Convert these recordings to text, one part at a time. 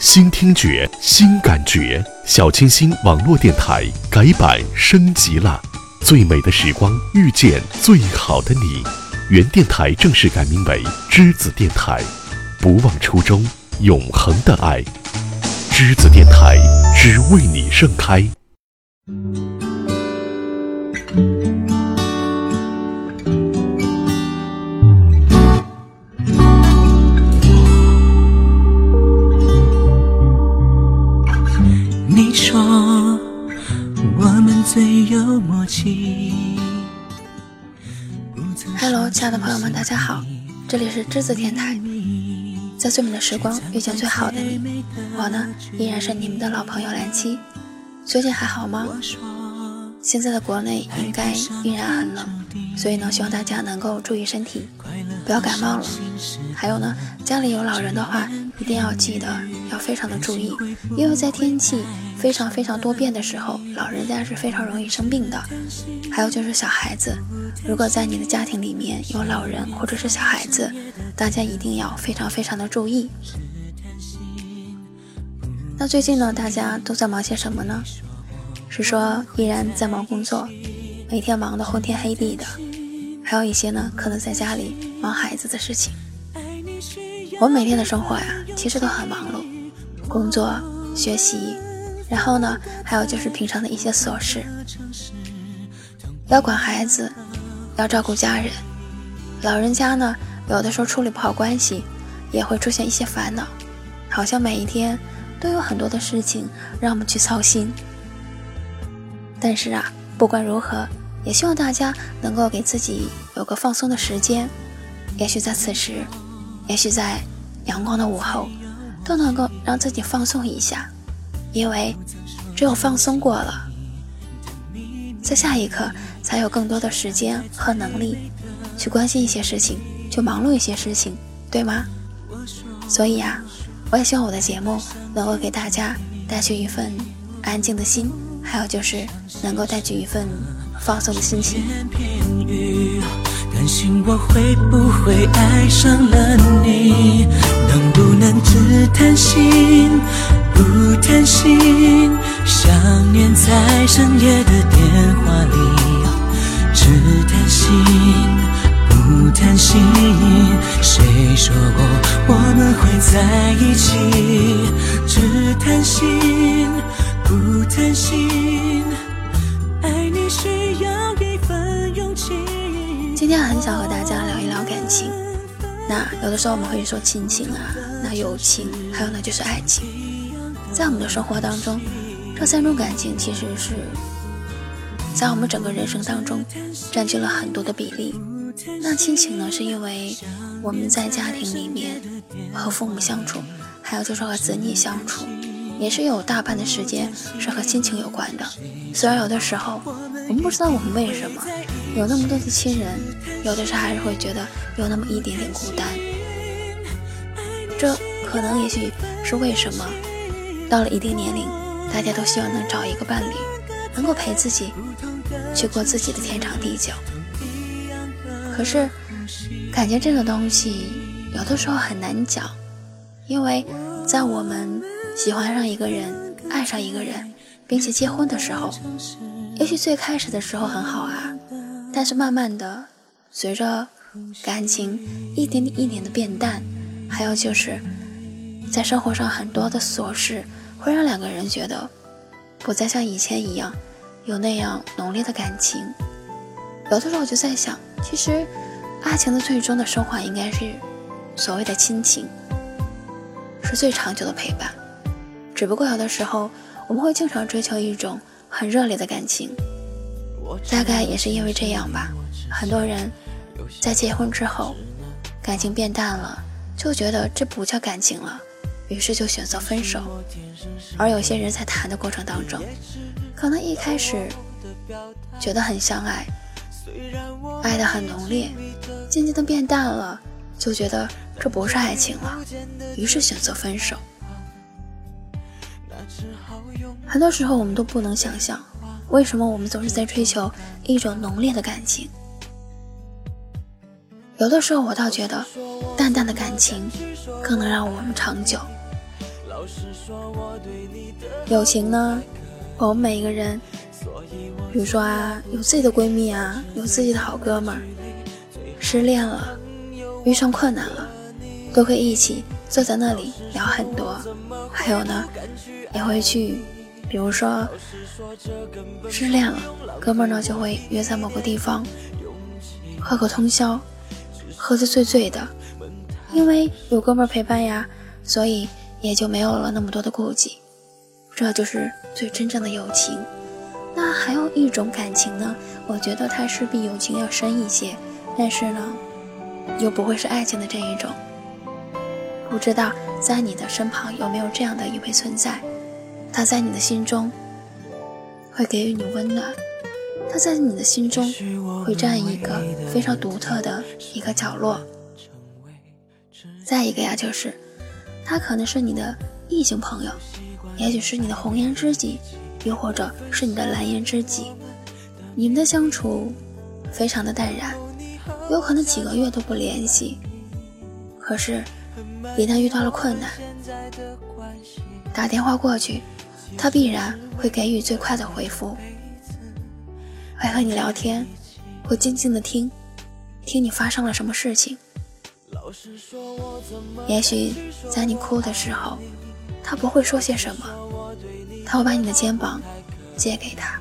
新听觉，新感觉，小清新网络电台改版升级了。最美的时光遇见最好的你，原电台正式改名为栀子电台，不忘初衷，永恒的爱。栀子电台，只为你盛开。 你说我们最有默契。 Hello， 亲爱的朋友们，大家好，这里是栀子电台，在最美的时光遇见最好的你。我呢，依然是你们的老朋友蓝七。最近还好吗？现在的国内应该依然很冷，所以呢，希望大家能够注意身体，不要感冒了。还有呢，家里有老人的话，一定要记得要非常的注意，因为在天气非常多变的时候，老人家是非常容易生病的。还有就是小孩子，如果在你的家庭里面有老人或者是小孩子，大家一定要非常的注意。那最近呢，大家都在忙些什么呢？是说依然在忙工作，每天忙得昏天黑地的，还有一些呢，可能在家里忙孩子的事情。我们每天的生活呀，其实都很忙碌，工作、学习，然后呢，还有就是平常的一些琐事，要管孩子，要照顾家人，老人家呢，有的时候处理不好关系，也会出现一些烦恼，好像每一天都有很多的事情让我们去操心。但是啊，不管如何，也希望大家能够给自己有个放松的时间，也许在此时，也许在阳光的午后，都能够让自己放松一下，因为只有放松过了，在下一刻才有更多的时间和能力去关心一些事情，去忙碌一些事情，对吗？所以啊，我也希望我的节目能够给大家带去一份安静的心，还有就是能够带去一份放松的心情。 担心我会不会爱上了你，能不能只谈心不谈心，想念在深夜的电话里，只谈心不谈心，谁说过我们会在一起，只谈心不谈心，爱你需要一份勇气。 今天很想和大家聊一聊感情。那有的时候我们会说亲情啊，那友情，还有呢就是爱情。在我们的生活当中，这三种感情其实是在我们整个人生当中占据了很多的比例。那亲情呢，是因为我们在家庭里面和父母相处，还有就是和子女相处，也是有大半的时间是和亲情有关的。虽然有的时候我们不知道我们为什么有那么多的亲人，有的时候还是会觉得有那么一点点孤单。这可能也许是为什么到了一定年龄，大家都希望能找一个伴侣，能够陪自己去过自己的天长地久。可是感情这个东西有的时候很难讲，因为在我们喜欢上一个人，爱上一个人，并且结婚的时候，也许最开始的时候很好啊，但是慢慢的随着感情一点点的变淡，还有就是在生活上很多的琐事会让两个人觉得不再像以前一样有那样浓烈的感情。有的时候我就在想，其实爱情的最终的升华应该是所谓的亲情，是最长久的陪伴。只不过有的时候我们会经常追求一种很热烈的感情，大概也是因为这样吧，很多人在结婚之后感情变淡了，就觉得这不叫感情了，于是就选择分手。而有些人在谈的过程当中，可能一开始觉得很相爱，爱得很浓烈，渐渐的变淡了，就觉得这不是爱情了，于是选择分手。很多时候我们都不能想象，为什么我们总是在追求一种浓烈的感情。有的时候我倒觉得淡淡的感情更能让我们长久。 友情呢，我们每一个人，比如说有自己的闺蜜有自己的好哥们儿，失恋了，遇上困难了，都可以一起坐在那里聊很多。还有呢，也会去，比如说失恋了，哥们儿呢就会约在某个地方喝个通宵，喝得醉醉的，因为有哥们儿陪伴所以也就没有了那么多的顾忌。这就是最真正的友情。那还有一种感情呢，我觉得它是比友情要深一些，但是呢又不会是爱情的这一种。不知道在你的身旁有没有这样的一位存在，他在你的心中会给予你温暖，他在你的心中会占一个非常独特的一个角落。再一个就是他可能是你的异性朋友，也许是你的红颜知己，又或者是你的蓝颜知己，你们的相处非常的淡然，有可能几个月都不联系，可是一旦遇到了困难，打电话过去，他必然会给予最快的回复，会和你聊天，会静静的听你发生了什么事情。也许在你哭的时候，他不会说些什么，他会把你的肩膀借给他。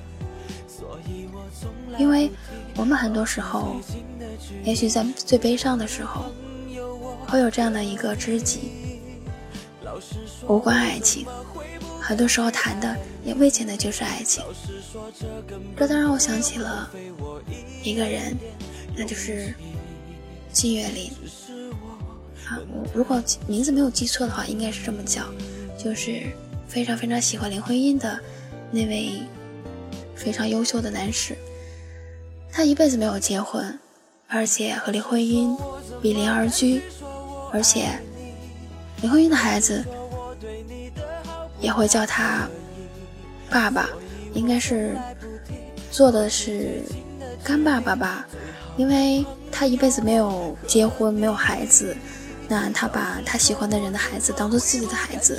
因为我们很多时候，也许在最悲伤的时候，会有这样的一个知己，无关爱情，很多时候谈的也未见得就是爱情。这都让我想起了一个人，那就是金岳霖我如果名字没有记错的话，应该是这么叫，就是非常非常喜欢林徽因的那位非常优秀的男士。他一辈子没有结婚，而且和林徽因比邻而居，而且林徽因的孩子也会叫他爸爸，应该是做的是干爸爸吧，因为他一辈子没有结婚，没有孩子，那他把他喜欢的人的孩子当做自己的孩子。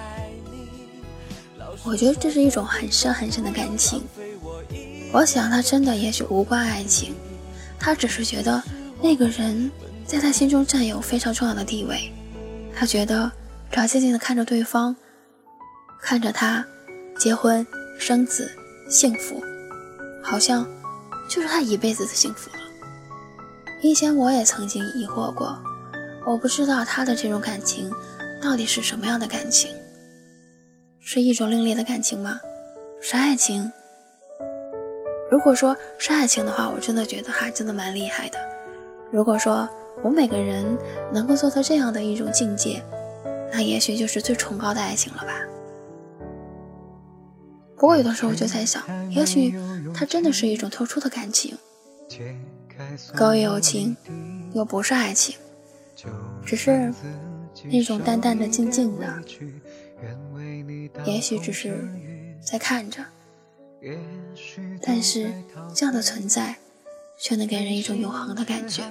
我觉得这是一种很深很深的感情。我想他真的也许无关爱情，他只是觉得那个人在他心中占有非常重要的地位，他觉得只要静静地看着对方，看着他结婚生子幸福，好像就是他一辈子的幸福了。以前我也曾经疑惑过，我不知道他的这种感情到底是什么样的感情，是一种另类的感情吗？是爱情？如果说是爱情的话，我真的觉得还真的蛮厉害的。如果说我们每个人能够做到这样的一种境界，那也许就是最崇高的爱情了吧。不过有的时候我就在想，也许它真的是一种特殊的感情，高于友情，又不是爱情，只是那种淡淡的静静的，也许只是在看着，但是这样的存在却能给人一种永恒的感觉。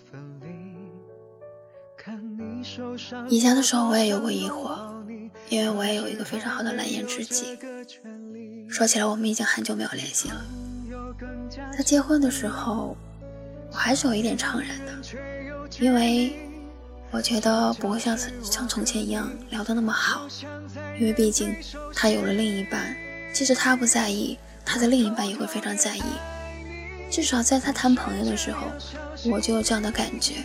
以前的时候我也有过疑惑，因为我也有一个非常好的蓝颜知己，说起来我们已经很久没有联系了。他结婚的时候我还是有一点怅然的，因为我觉得不会像从前一样聊得那么好，因为毕竟他有了另一半，即使他不在意，他的另一半也会非常在意。至少在他谈朋友的时候，我就有这样的感觉。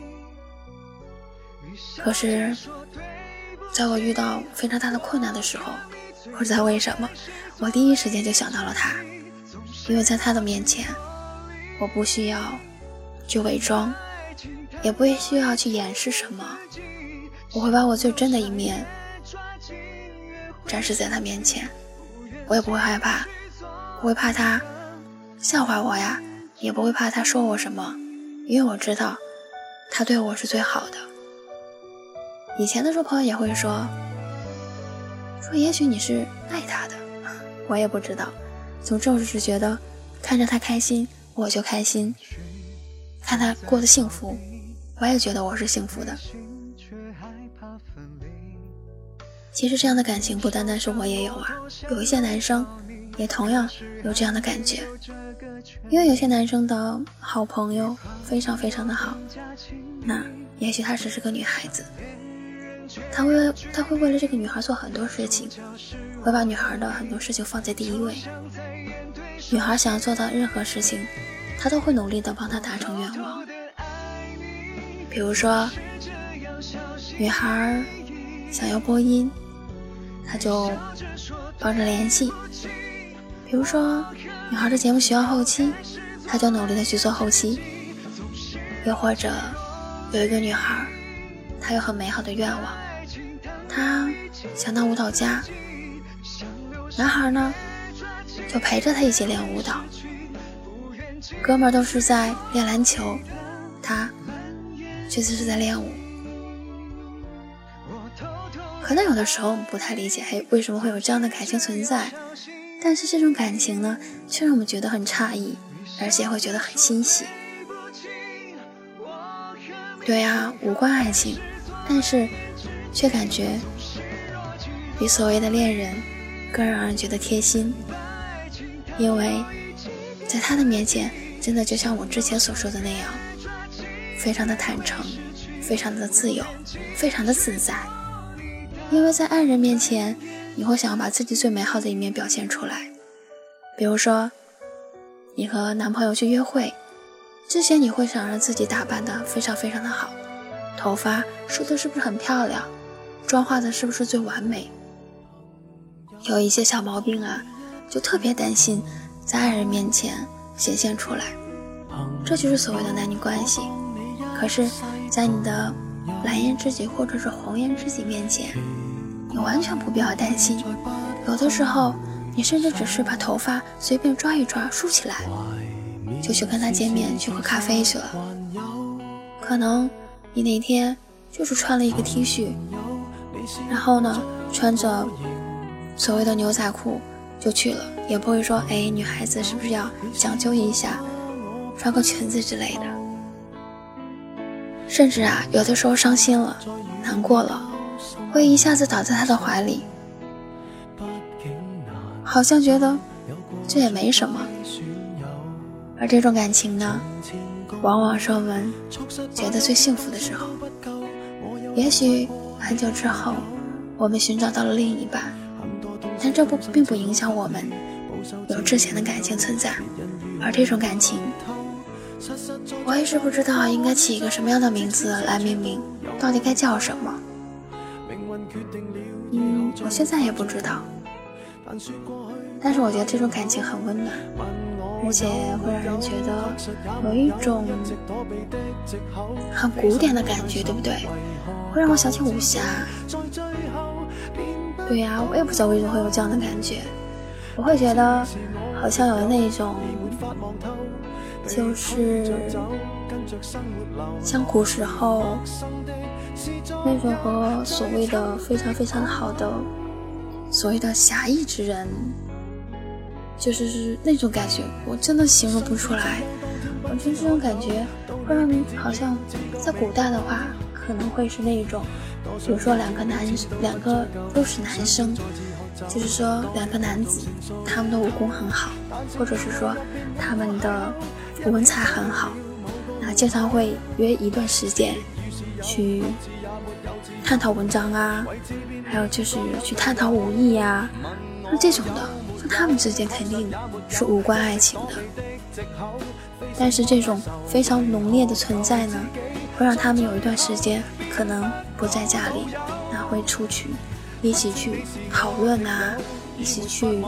可是在我遇到非常大的困难的时候，不知道为什么我第一时间就想到了他，因为在他的面前我不需要去伪装，也不需要去掩饰什么，我会把我最真的一面展示在他面前。我也不会害怕，不会怕他笑话我呀，也不会怕他说我什么，因为我知道他对我是最好的。以前的时候朋友也会说也许你是爱他的，我也不知道，总之我只是觉得看着他开心我就开心，看他过得幸福我也觉得我是幸福的。 其实这样的感情不单单是我也有啊，有一些男生也同样有这样的感觉。因为有些男生的好朋友非常非常的好，那也许他只是个女孩子，他会为了这个女孩做很多事情，会把女孩的很多事情放在第一位。女孩想要做到任何事情，他都会努力的帮她达成愿望。比如说女孩想要播音，他就帮着联系。比如说女孩的节目需要后期，他就努力的去做后期。又或者有一个女孩，她有很美好的愿望，她想当舞蹈家，男孩呢就陪着她一起练舞蹈。哥们儿都是在练篮球，他确实是在练舞。可能有的时候我们不太理解，为什么会有这样的感情存在，但是这种感情呢却让我们觉得很诧异，而且会觉得很欣喜。对啊，无关爱情，但是却感觉比所谓的恋人更让人觉得贴心。因为在他的面前，真的就像我之前所说的那样，非常的坦诚，非常的自由，非常的自在。因为在爱人面前，你会想要把自己最美好的一面表现出来。比如说你和男朋友去约会之前，你会想让自己打扮得非常非常的好，头发梳的是不是很漂亮，妆化的是不是最完美。有一些小毛病啊，就特别担心在爱人面前显现出来，这就是所谓的男女关系。可是在你的蓝颜知己或者是红颜知己面前，你完全不必要担心。有的时候你甚至只是把头发随便抓一抓梳起来，就去跟他见面，去喝咖啡去了。可能你那天就是穿了一个 T 恤，然后呢穿着所谓的牛仔裤就去了，也不会说女孩子是不是要讲究一下，穿个裙子之类的。甚至啊，有的时候伤心了，难过了，会一下子倒在他的怀里，好像觉得这也没什么。而这种感情呢，往往是我们觉得最幸福的时候。也许很久之后我们寻找到了另一半，但这并不影响我们有之前的感情存在。而这种感情，我一直不知道应该起一个什么样的名字来命名，到底该叫什么。我现在也不知道，但是我觉得这种感情很温暖，而且会让人觉得有一种很古典的感觉，对不对？会让我想起武侠。对呀，我也不知道为什么会有这样的感觉，我会觉得好像有那种就是像古时候那种和所谓的非常非常好的所谓的侠义之人，就是那种感觉，我真的形容不出来。我觉得这种感觉会让你好像在古代的话可能会是那种，比如说两个都是男生，就是说两个男子他们的武功很好，或者是说他们的文采很好，那经常会约一段时间去探讨文章啊，还有就是去探讨武艺啊，那这种的说他们之间肯定是无关爱情的。但是这种非常浓烈的存在呢，会让他们有一段时间可能不在家里，那会出去一起去讨论啊，一起去，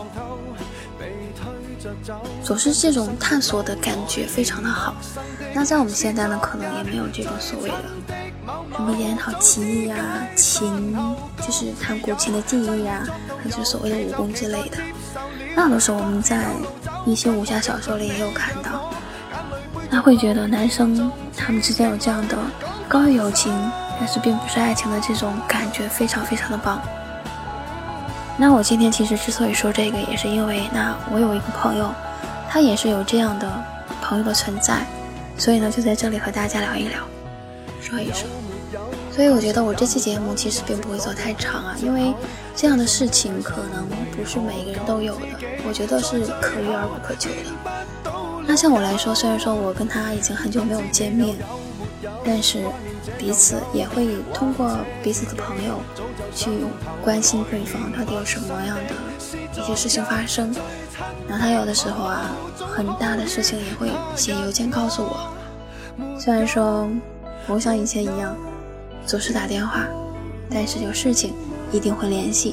总是这种探索的感觉非常的好。那在我们现在呢，可能也没有这种所谓的什么研讨棋艺啊，琴就是弹古琴的技艺啊，还是所谓的武功之类的。那有的时候我们在一些武侠小说里也有看到，他会觉得男生他们之间有这样的高于友情但是并不是爱情的这种感觉，非常非常的棒。那我今天其实之所以说这个，也是因为那我有一个朋友，他也是有这样的朋友的存在，所以呢就在这里和大家聊一聊，说一说。所所以我觉得我这期节目其实并不会做太长啊，因为这样的事情可能不是每个人都有的，我觉得是可遇而不可求的。那像我来说，虽然说我跟他已经很久没有见面，但是彼此也会通过彼此的朋友去关心对方到底有什么样的一些事情发生。然后他有的时候啊，很大的事情也会写邮件告诉我，虽然说不像以前一样总是打电话，但是有事情一定会联系。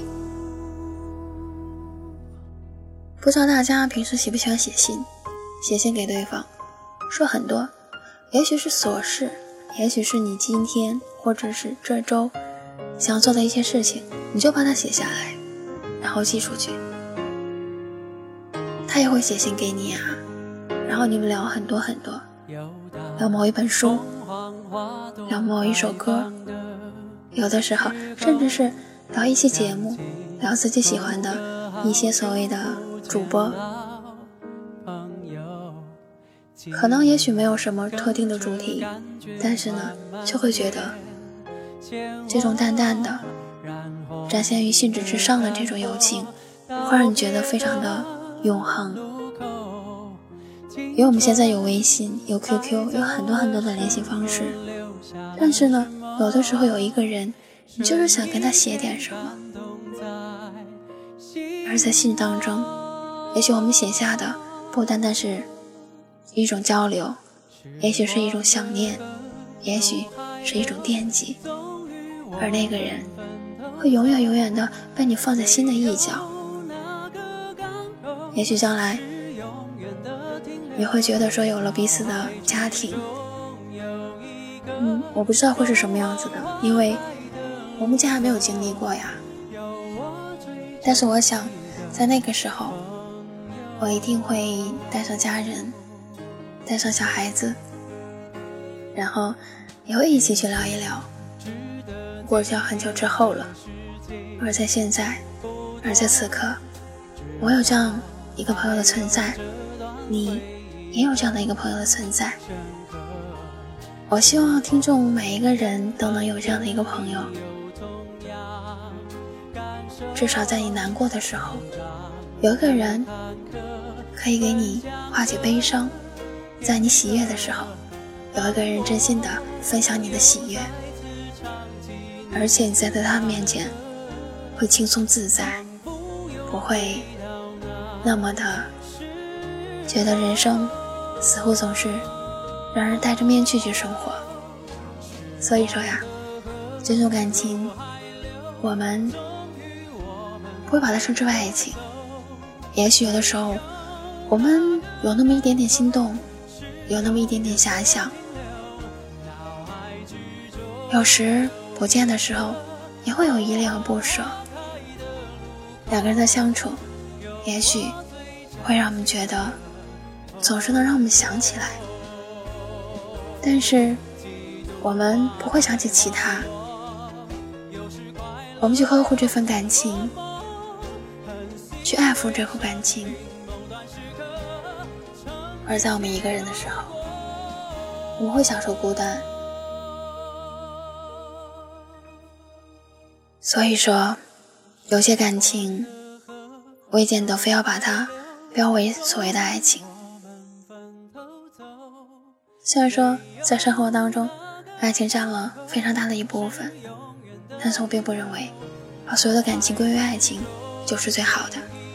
不知道大家平时喜不喜欢写信？写信给对方，说很多，也许是琐事，也许是你今天或者是这周想做的一些事情，你就把它写下来，然后寄出去。他也会写信给你啊，然后你们聊很多很多，聊某一本书，聊某一首歌，有的时候甚至是聊一期节目，聊自己喜欢的一些所谓的主播。可能也许没有什么特定的主题，但是呢，就会觉得这种淡淡的展现于兴致之上的这种友情，会让你觉得非常的永恒。因为我们现在有微信，有 QQ， 有很多很多的联系方式，但是呢，有的时候有一个人，你就是想跟他写点什么，而在信当中，也许我们写下的不单单是一种交流，也许是一种想念，也许是一种惦记，而那个人会永远永远的被你放在心的一角。也许将来你会觉得说有了彼此的家庭，我不知道会是什么样子的，因为我目前还没有经历过呀。但是我想在那个时候，我一定会带上家人，带上小孩子，然后也会一起去聊一聊。过去很久之后了，而在现在，而在此刻，我有这样一个朋友的存在，你也有这样的一个朋友的存在。我希望听众每一个人都能有这样的一个朋友，至少在你难过的时候，有一个人可以给你化解悲伤，在你喜悦的时候，有一个人真心的分享你的喜悦，而且你在他面前会轻松自在，不会那么的觉得人生似乎总是让人戴着面具去生活。所以说呀，这种感情我们不会把它称之为爱情，也许有的时候我们有那么一点点心动，有那么一点点遐想，有时不见的时候也会有依恋和不舍。两个人的相处也许会让我们觉得总是能让我们想起来，但是我们不会想起其他，我们去呵护这份感情，去爱抚这份感情。而在我们一个人的时候，我们会享受孤单。所以说有些感情未见得非要把它标为所谓的爱情。虽然说在生活当中爱情占了非常大的一部分，但是我并不认为把所有的感情归为爱情就是最好的。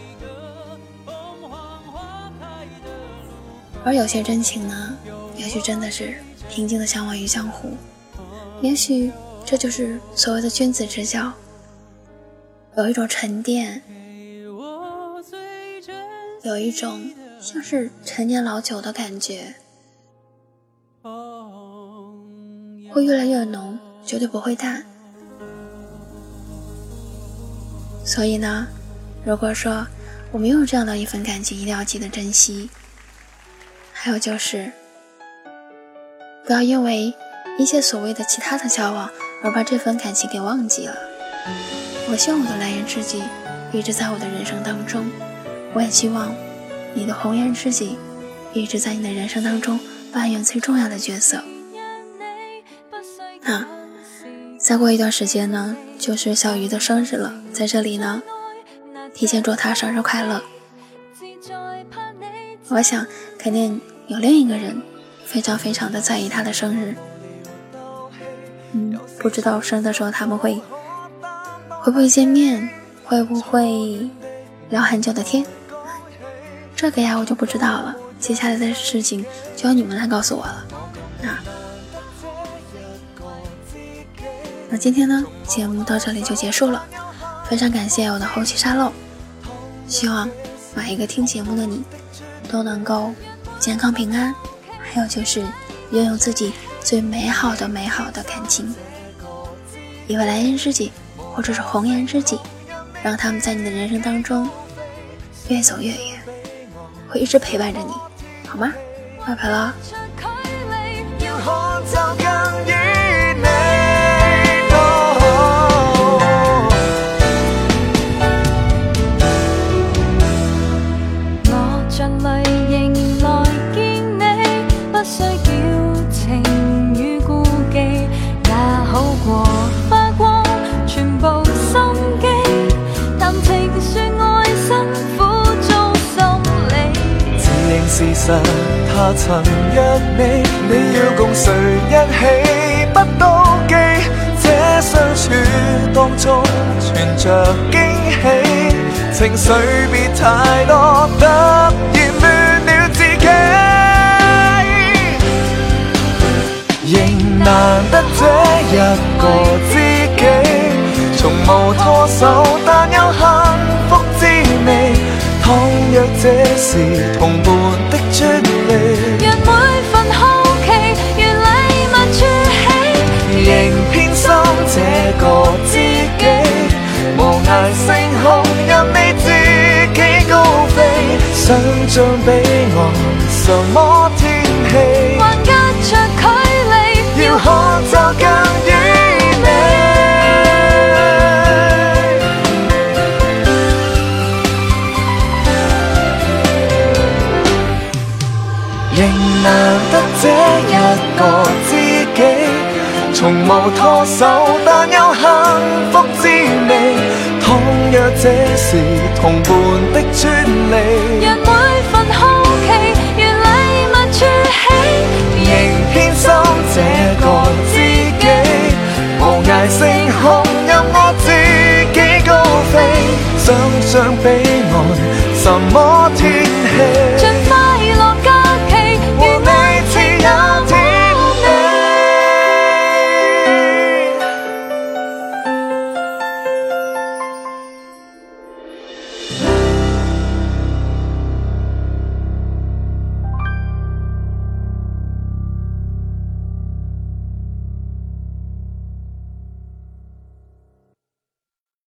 而有些真情呢，也许真的是平静的相忘于江湖，也许这就是所谓的君子之交，有一种沉淀，有一种像是陈年老酒的感觉，会越来越浓，绝对不会淡。所以呢，如果说我们拥有这样的一份感情，一定要记得珍惜。还有就是不要因为一些所谓的其他的交往而把这份感情给忘记了。我希望我的蓝颜知己一直在我的人生当中，我也希望你的红颜知己一直在你的人生当中扮演最重要的角色。 再过一段时间呢，就是小鱼的生日了，在这里呢，提前祝他生日快乐。我想肯定有另一个人非常非常的在意他的生日，不知道生日的时候他们会不会见面，会不会聊很久的天，这个呀我就不知道了，接下来的事情就由你们来告诉我了。那今天呢，节目到这里就结束了，非常感谢我的后期沙漏，希望每一个听节目的你都能够健康平安，还有就是拥有自己最美好的感情，一位蓝颜知己或者是红颜知己，让他们在你的人生当中越走越远，会一直陪伴着你，好吗？拜拜了。 事實他曾約你，你要共誰一起不妒忌，這相處當中存着驚喜，情緒別太多，突然亂了自己，仍難得這一個知己，從無拖手但有幸福滋味，倘若這是同伴的專利， 讓每份好奇如禮物儲起， 仍偏心這個知己，無涯星空任你自己高飛，想像彼岸什麼天氣， 還隔着距離， 要看就更遠美。仍難得這一個知己，從無拖手但有幸福滋味，倘若這是同伴的專利， 讓每份好奇如禮物儲起， 仍偏心這個知己，無涯星空任我自己高飛，想像彼岸什麼天氣。